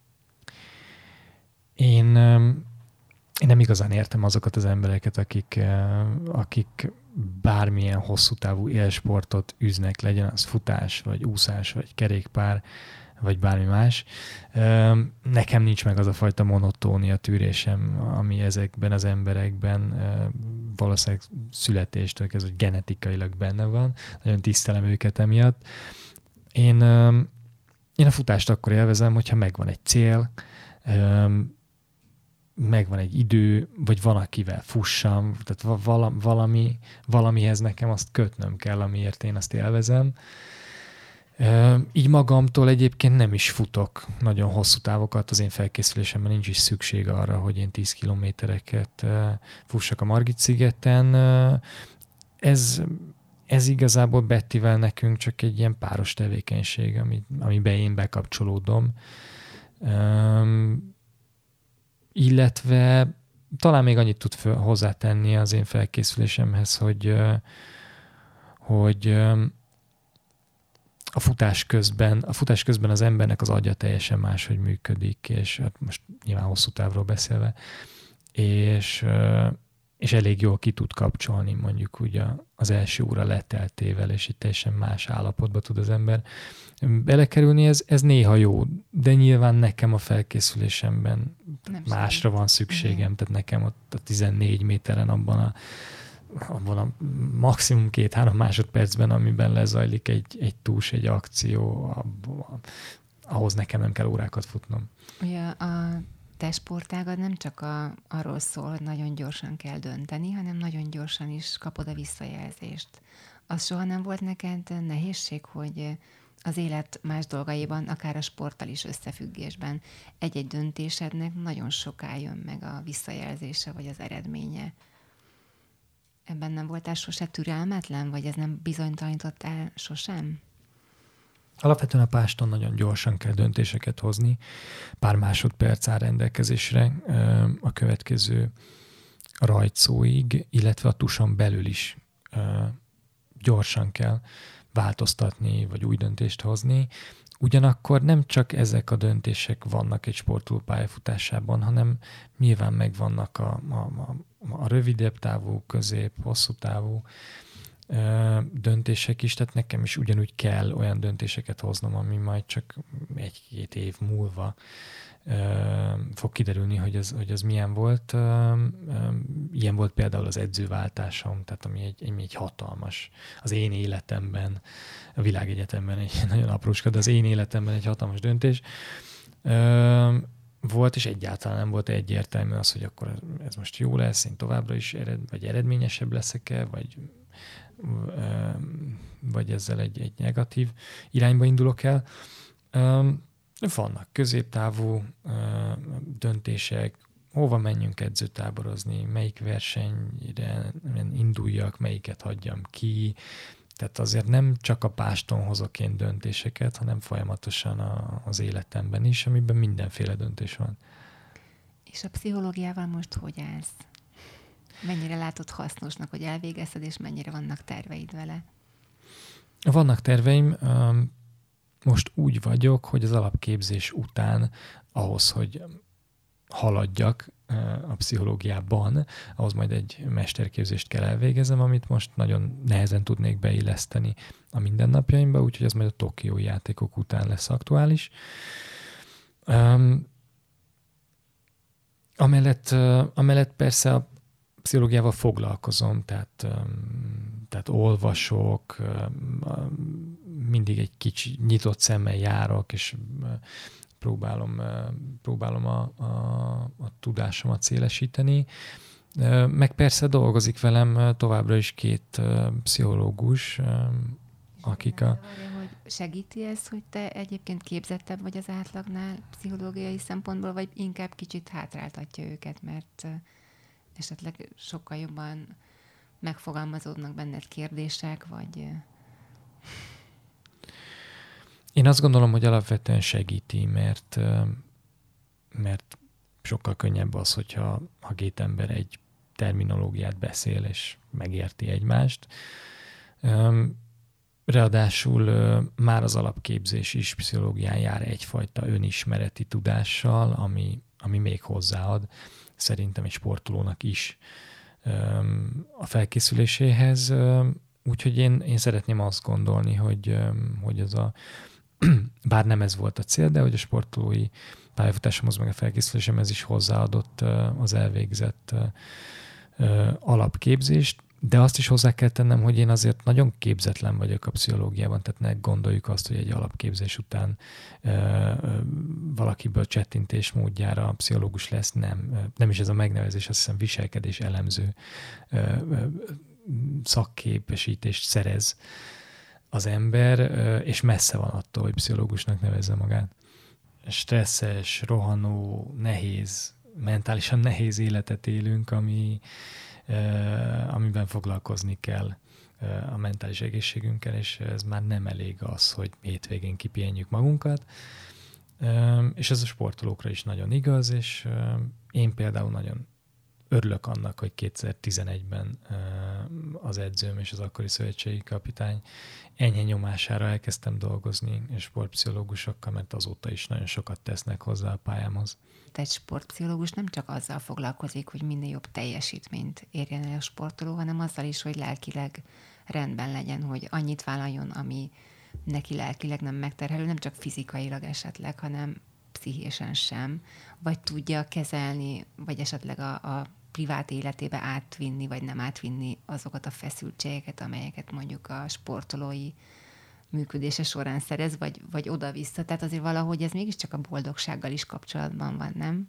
Én nem igazán értem azokat az embereket, akik bármilyen hosszú távú élsportot üznek, legyen az futás, vagy úszás, vagy kerékpár, vagy bármi más. Nekem nincs meg az a fajta monotónia tűrésem, ami ezekben az emberekben valószínűleg születéstől kezdve, hogy genetikailag benne van. Nagyon tisztelem őket emiatt. Én a futást akkor élvezem, hogyha megvan egy cél, megvan egy idő, vagy van, akivel fussam, tehát valamihez nekem azt kötnöm kell, amiért én azt élvezem. Így magamtól egyébként nem is futok nagyon hosszú távokat, az én felkészülésemben nincs is szükség arra, hogy én 10 kilométereket fussak a Margit-szigeten. Ez igazából Bettivel nekünk csak egy ilyen páros tevékenység, amiben én bekapcsolódom. Illetve talán még annyit tud hozzátenni az én felkészülésemhez, hogy a futás közben az embernek az agya teljesen máshogy működik, és hát most nyilván hosszú távról beszélve, és elég jól ki tud kapcsolni mondjuk ugye az első óra leteltével, és itt teljesen más állapotba tud az ember belekerülni. Ez néha jó, de nyilván nekem a felkészülésemben nem másra van szükségem, tehát nekem ott a 14 méteren abban a maximum 2-3 másodpercben, amiben lezajlik egy túls, egy akció, ahhoz nekem nem kell órákat futnom. Ugye a te sportágad nem csak arról szól, hogy nagyon gyorsan kell dönteni, hanem nagyon gyorsan is kapod a visszajelzést. Az soha nem volt neked nehézség, hogy az élet más dolgaiban, akár a sporttal is összefüggésben egy-egy döntésednek nagyon soká jön meg a visszajelzése, vagy az eredménye? Ebben nem voltál sose türelmetlen, vagy ez nem bizonytalanítottál sosem? Alapvetően a páston nagyon gyorsan kell döntéseket hozni. Pár másodperc áll rendelkezésre a következő rajtszóig, illetve a tuson belül is gyorsan kell változtatni, vagy új döntést hozni. Ugyanakkor nem csak ezek a döntések vannak egy sportoló pályafutásában, hanem nyilván megvannak a rövidebb távú, hosszú távú döntések is, tehát nekem is ugyanúgy kell olyan döntéseket hoznom, ami majd csak 1-2 év múlva fog kiderülni, hogy az milyen volt. Ilyen volt például az edzőváltásom, tehát ami egy hatalmas, az én életemben, a világegyetemben egy nagyon apróska, de az én életemben egy hatalmas döntés volt, és egyáltalán nem volt egyértelmű az, hogy akkor ez most jó lesz, én továbbra is vagy eredményesebb leszek-e, vagy ezzel egy negatív irányba indulok el. Vannak középtávú döntések, hova menjünk edzőtáborozni, melyik versenyre induljak, melyiket hagyjam ki. Tehát azért nem csak a páston hozok én döntéseket, hanem folyamatosan az életemben is, amiben mindenféle döntés van. És a pszichológiával most hogy állsz? Mennyire látod hasznosnak, hogy elvégezted, és mennyire vannak terveid vele? Vannak terveim. Most úgy vagyok, hogy az alapképzés után ahhoz, hogy haladjak a pszichológiában, ahhoz majd egy mesterképzést kell elvégezem, amit most nagyon nehezen tudnék beilleszteni a mindennapjaimba, úgyhogy ez majd a tokiói játékok után lesz aktuális. Amellett persze a pszichológiával foglalkozom, tehát olvasok, mindig egy kicsi nyitott szemmel járok, és próbálom a tudásomat szélesíteni. Meg persze dolgozik velem továbbra is 2 pszichológus, akik hogy segíti ez, hogy te egyébként képzettebb vagy az átlagnál pszichológiai szempontból, vagy inkább kicsit hátráltatja őket, mert esetleg sokkal jobban megfogalmazódnak benned kérdések, vagy... Én azt gondolom, hogy alapvetően segíti, mert sokkal könnyebb az, hogyha 2 ember egy terminológiát beszél, és megérti egymást. Ráadásul már az alapképzés is pszichológián jár egyfajta önismereti tudással, ami még hozzáad szerintem egy sportolónak is a felkészüléséhez. Úgyhogy én szeretném azt gondolni, hogy ez bár nem ez volt a cél, de hogy a sportolói pályafutásomhoz meg a felkészülésemhez is hozzáadott az elvégzett alapképzést, de azt is hozzá kell tennem, hogy én azért nagyon képzetlen vagyok a pszichológiában, tehát ne gondoljuk azt, hogy egy alapképzés után valakiből csettintés módjára pszichológus lesz, nem is ez a megnevezés, azt hiszem viselkedés elemző szakképesítést szerez az ember, és messze van attól, hogy pszichológusnak nevezze magát. Stresszes, rohanó, nehéz, mentálisan nehéz életet élünk, amiben foglalkozni kell a mentális egészségünkkel, és ez már nem elég az, hogy hétvégén kipihenjük magunkat. És ez a sportolókra is nagyon igaz, és én például nagyon örülök annak, hogy 2011-ben az edzőm és az akkori szövetségi kapitány enyhe nyomására elkezdtem dolgozni és sportpszichológusokkal, mert azóta is nagyon sokat tesznek hozzá a pályámhoz. Egy sportpszichológus nem csak azzal foglalkozik, hogy minél jobb teljesítményt érjen el a sportoló, hanem azzal is, hogy lelkileg rendben legyen, hogy annyit vállaljon, ami neki lelkileg nem megterhelő, nem csak fizikailag esetleg, hanem pszichésen sem, vagy tudja kezelni, vagy esetleg a privát életébe átvinni, vagy nem átvinni azokat a feszültségeket, amelyeket mondjuk a sportolói működése során szerez, vagy oda-vissza. Tehát azért valahogy ez mégiscsak a boldogsággal is kapcsolatban van, nem?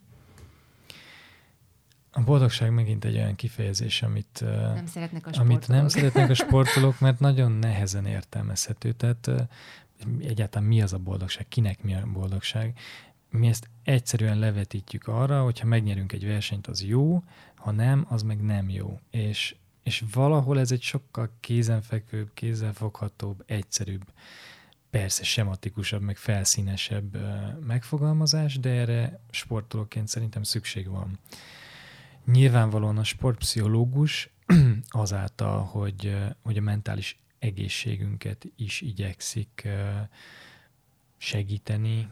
A boldogság megint egy olyan kifejezés, amit nem szeretnek a sportolók. Amit nem szeretnek a sportolók, mert nagyon nehezen értelmezhető. Tehát egyáltalán mi az a boldogság? Kinek mi a boldogság? Mi ezt egyszerűen levetítjük arra, hogyha megnyerünk egy versenyt, az jó, ha nem, az meg nem jó. És valahol ez egy sokkal kézenfekvőbb, kézzelfoghatóbb, egyszerűbb, persze sematikusabb, meg felszínesebb megfogalmazás, de erre sportolóként szerintem szükség van. Nyilvánvalóan a sportpszichológus azáltal, hogy a mentális egészségünket is igyekszik segíteni,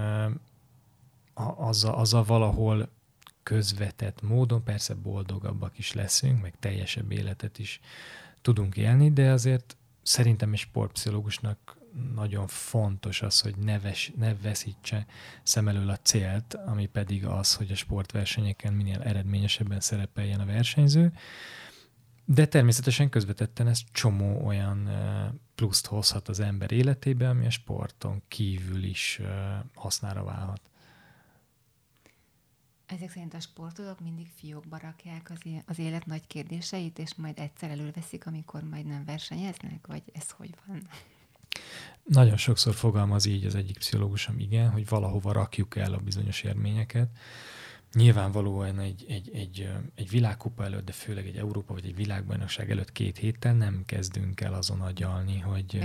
azzal valahol közvetett módon, persze boldogabbak is leszünk, meg teljesebb életet is tudunk élni, de azért szerintem egy sportpszichológusnak nagyon fontos az, hogy ne veszítse szem elől a célt, ami pedig az, hogy a sportversenyeken minél eredményesebben szerepeljen a versenyző, de természetesen közvetetten ez csomó olyan pluszt hozhat az ember életébe, ami a sporton kívül is hasznára válhat. Ezek szerint a sportolók mindig fiókba rakják az élet nagy kérdéseit, és majd egyszer előveszik, amikor majd nem versenyeznek? Vagy ez hogy van? Nagyon sokszor fogalmaz így az egyik pszichológusom, igen, hogy valahova rakjuk el a bizonyos élményeket. Nyilvánvalóan egy világkupa előtt, de főleg egy Európa vagy egy világbajnokság előtt 2 héttel nem kezdünk el azon agyalni,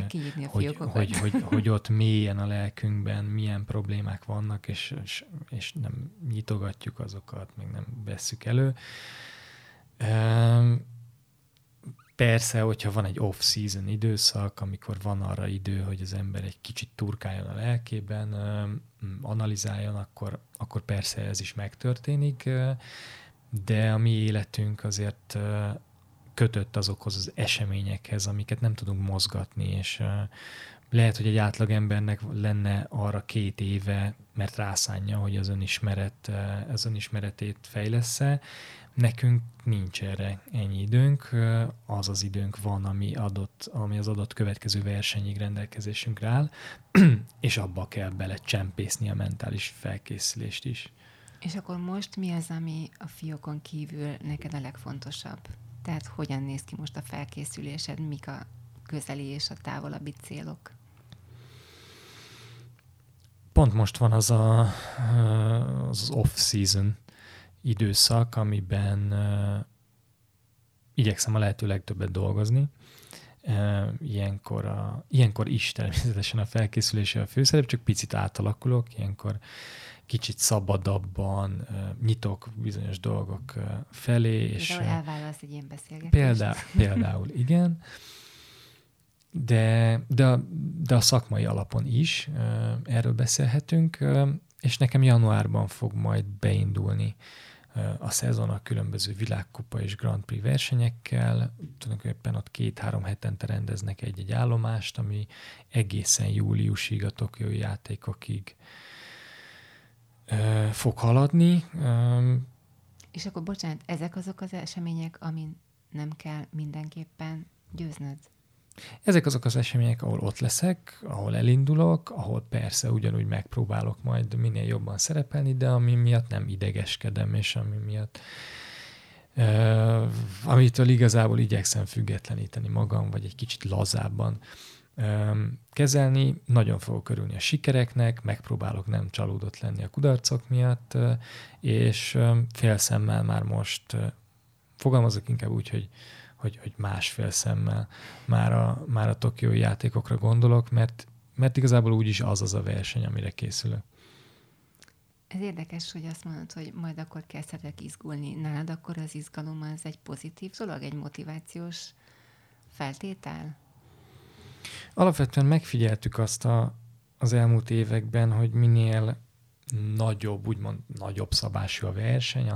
hogy ott mélyen a lelkünkben milyen problémák vannak, és nem nyitogatjuk azokat, még nem vesszük elő. Persze, hogyha van egy off-season időszak, amikor van arra idő, hogy az ember egy kicsit turkáljon a lelkében, analizáljon, akkor persze ez is megtörténik, de a mi életünk azért kötött azokhoz az eseményekhez, amiket nem tudunk mozgatni, és lehet, hogy egy átlagembernek lenne arra 2 éve, mert rászánja, hogy az önismeretét fejlessze. Nekünk nincs erre ennyi időnk, az az időnk van, ami az adott következő versenyig rendelkezésünkre áll, és abba kell belecsempészni a mentális felkészülést is. És akkor most mi az, ami a fiókon kívül neked a legfontosabb? Tehát hogyan néz ki most a felkészülésed, mik a közeli és a távolabbi célok? Pont most van az off-season időszak, amiben igyekszem a lehető legtöbbet dolgozni. Ilyenkor is természetesen a felkészülése a főszerep, csak picit átalakulok, ilyenkor kicsit szabadabban nyitok bizonyos dolgok felé. És elválasz egy ilyen beszélgetést. Például igen. De a szakmai alapon is erről beszélhetünk, és nekem januárban fog majd beindulni a szezon a különböző világkupa és Grand Prix versenyekkel. Tulajdonképpen ott 2-3 hetente rendeznek egy állomást, ami egészen júliusig, a tokiói játékokig fog haladni. És akkor bocsánat, ezek azok az események, amin nem kell mindenképpen győznöd? Ezek azok az események, ahol ott leszek, ahol elindulok, ahol persze ugyanúgy megpróbálok majd minél jobban szerepelni, de ami miatt nem idegeskedem, és ami miatt amitől igazából igyekszem függetleníteni magam, vagy egy kicsit lazábban kezelni. Nagyon fogok örülni a sikereknek, megpróbálok nem csalódott lenni a kudarcok miatt, és félszemmel már most fogalmazok inkább úgy, hogy másfél szemmel már a tokiói játékokra gondolok, mert igazából úgyis az a verseny, amire készülök. Ez érdekes, hogy azt mondod, hogy majd akkor kezdhetek izgulni. Nálad akkor az izgalom az egy pozitív dolog, egy motivációs feltétel? Alapvetően megfigyeltük azt az elmúlt években, hogy minél nagyobb, úgymond nagyobb szabású a verseny,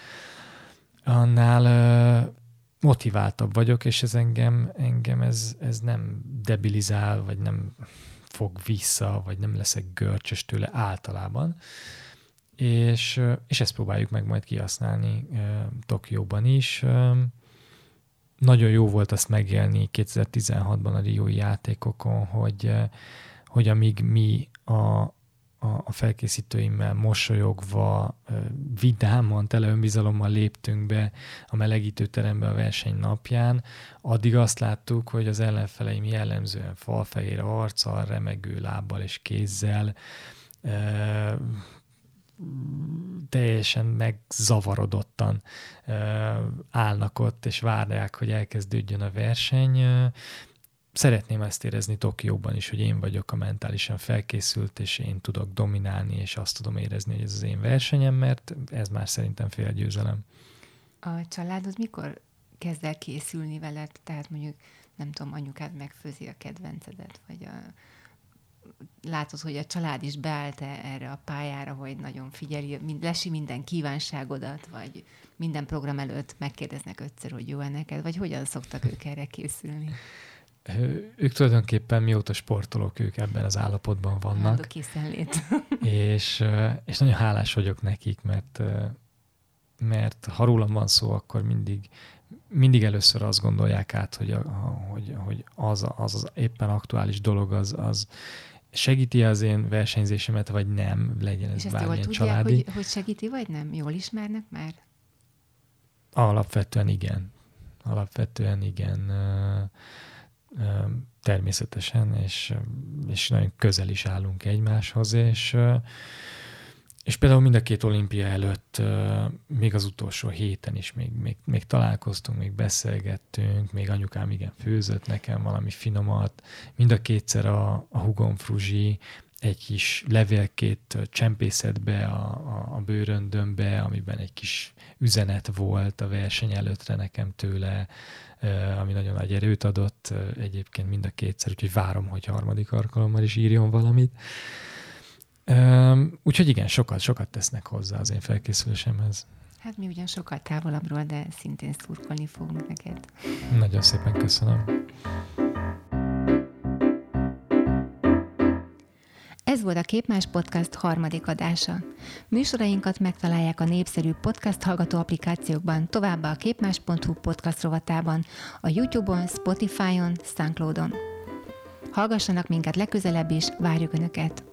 annál motiváltabb vagyok, és ez engem ez nem debilizál, vagy nem fog vissza, vagy nem leszek görcsös tőle általában. És ezt próbáljuk meg majd kihasználni Tokióban is. Nagyon jó volt azt megélni 2016-ban a riói játékokon, hogy amíg mi a felkészítőimmel mosolyogva, vidáman, tele önbizalommal léptünk be a melegítőterembe a verseny napján, addig azt láttuk, hogy az ellenfeleim jellemzően falfehér arccal, remegő lábbal és kézzel teljesen megzavarodottan állnak ott, és várják, hogy elkezdődjön a verseny. Szeretném ezt érezni Tokióban is, hogy én vagyok a mentálisan felkészült, és én tudok dominálni, és azt tudom érezni, hogy ez az én versenyem, mert ez már szerintem félgyőzelem. A családod mikor kezd el készülni veled? Tehát mondjuk, nem tudom, anyukád megfőzi a kedvencedet, vagy látod, hogy a család is beállt erre a pályára, hogy nagyon figyeli, lesi minden kívánságodat, vagy minden program előtt megkérdeznek 5-ször, hogy jó-e neked, vagy hogyan szoktak ők erre készülni? Ők tulajdonképpen mióta sportolók, ők ebben az állapotban vannak. Állandó készenlét. és nagyon hálás vagyok nekik, mert ha rólam van szó, akkor mindig először azt gondolják át, hogy az éppen aktuális dolog, az segíti az én versenyzésemet, vagy nem, legyen ez bármilyen családi. És ezt jól tudják, hogy segíti, vagy nem? Jól ismernek már? Alapvetően igen. Természetesen, és nagyon közel is állunk egymáshoz, és például mind a 2 olimpia előtt, még az utolsó héten is még találkoztunk, még beszélgettünk, még anyukám igen főzött nekem valami finomat, mind a 2-szer a húgom Fruzsi egy kis levélkét csempészett be a bőröndömbe, amiben egy kis üzenet volt a verseny előttre nekem tőle, ami nagyon nagy erőt adott egyébként mind a kétszer, úgyhogy várom, hogy harmadik alkalommal is írjon valamit. Úgyhogy igen, sokat tesznek hozzá az én felkészülésemhez. Hát mi ugyan sokkal távolabbról, de szintén szurkolni fogunk neked. Nagyon szépen köszönöm. Ez volt a Képmás Podcast harmadik adása. Műsorainkat megtalálják a népszerű podcast hallgató applikációkban, továbbá a képmás.hu podcast rovatában, a YouTube-on, Spotify-on, SoundCloud-on. Hallgassanak minket legközelebb is, várjuk Önöket!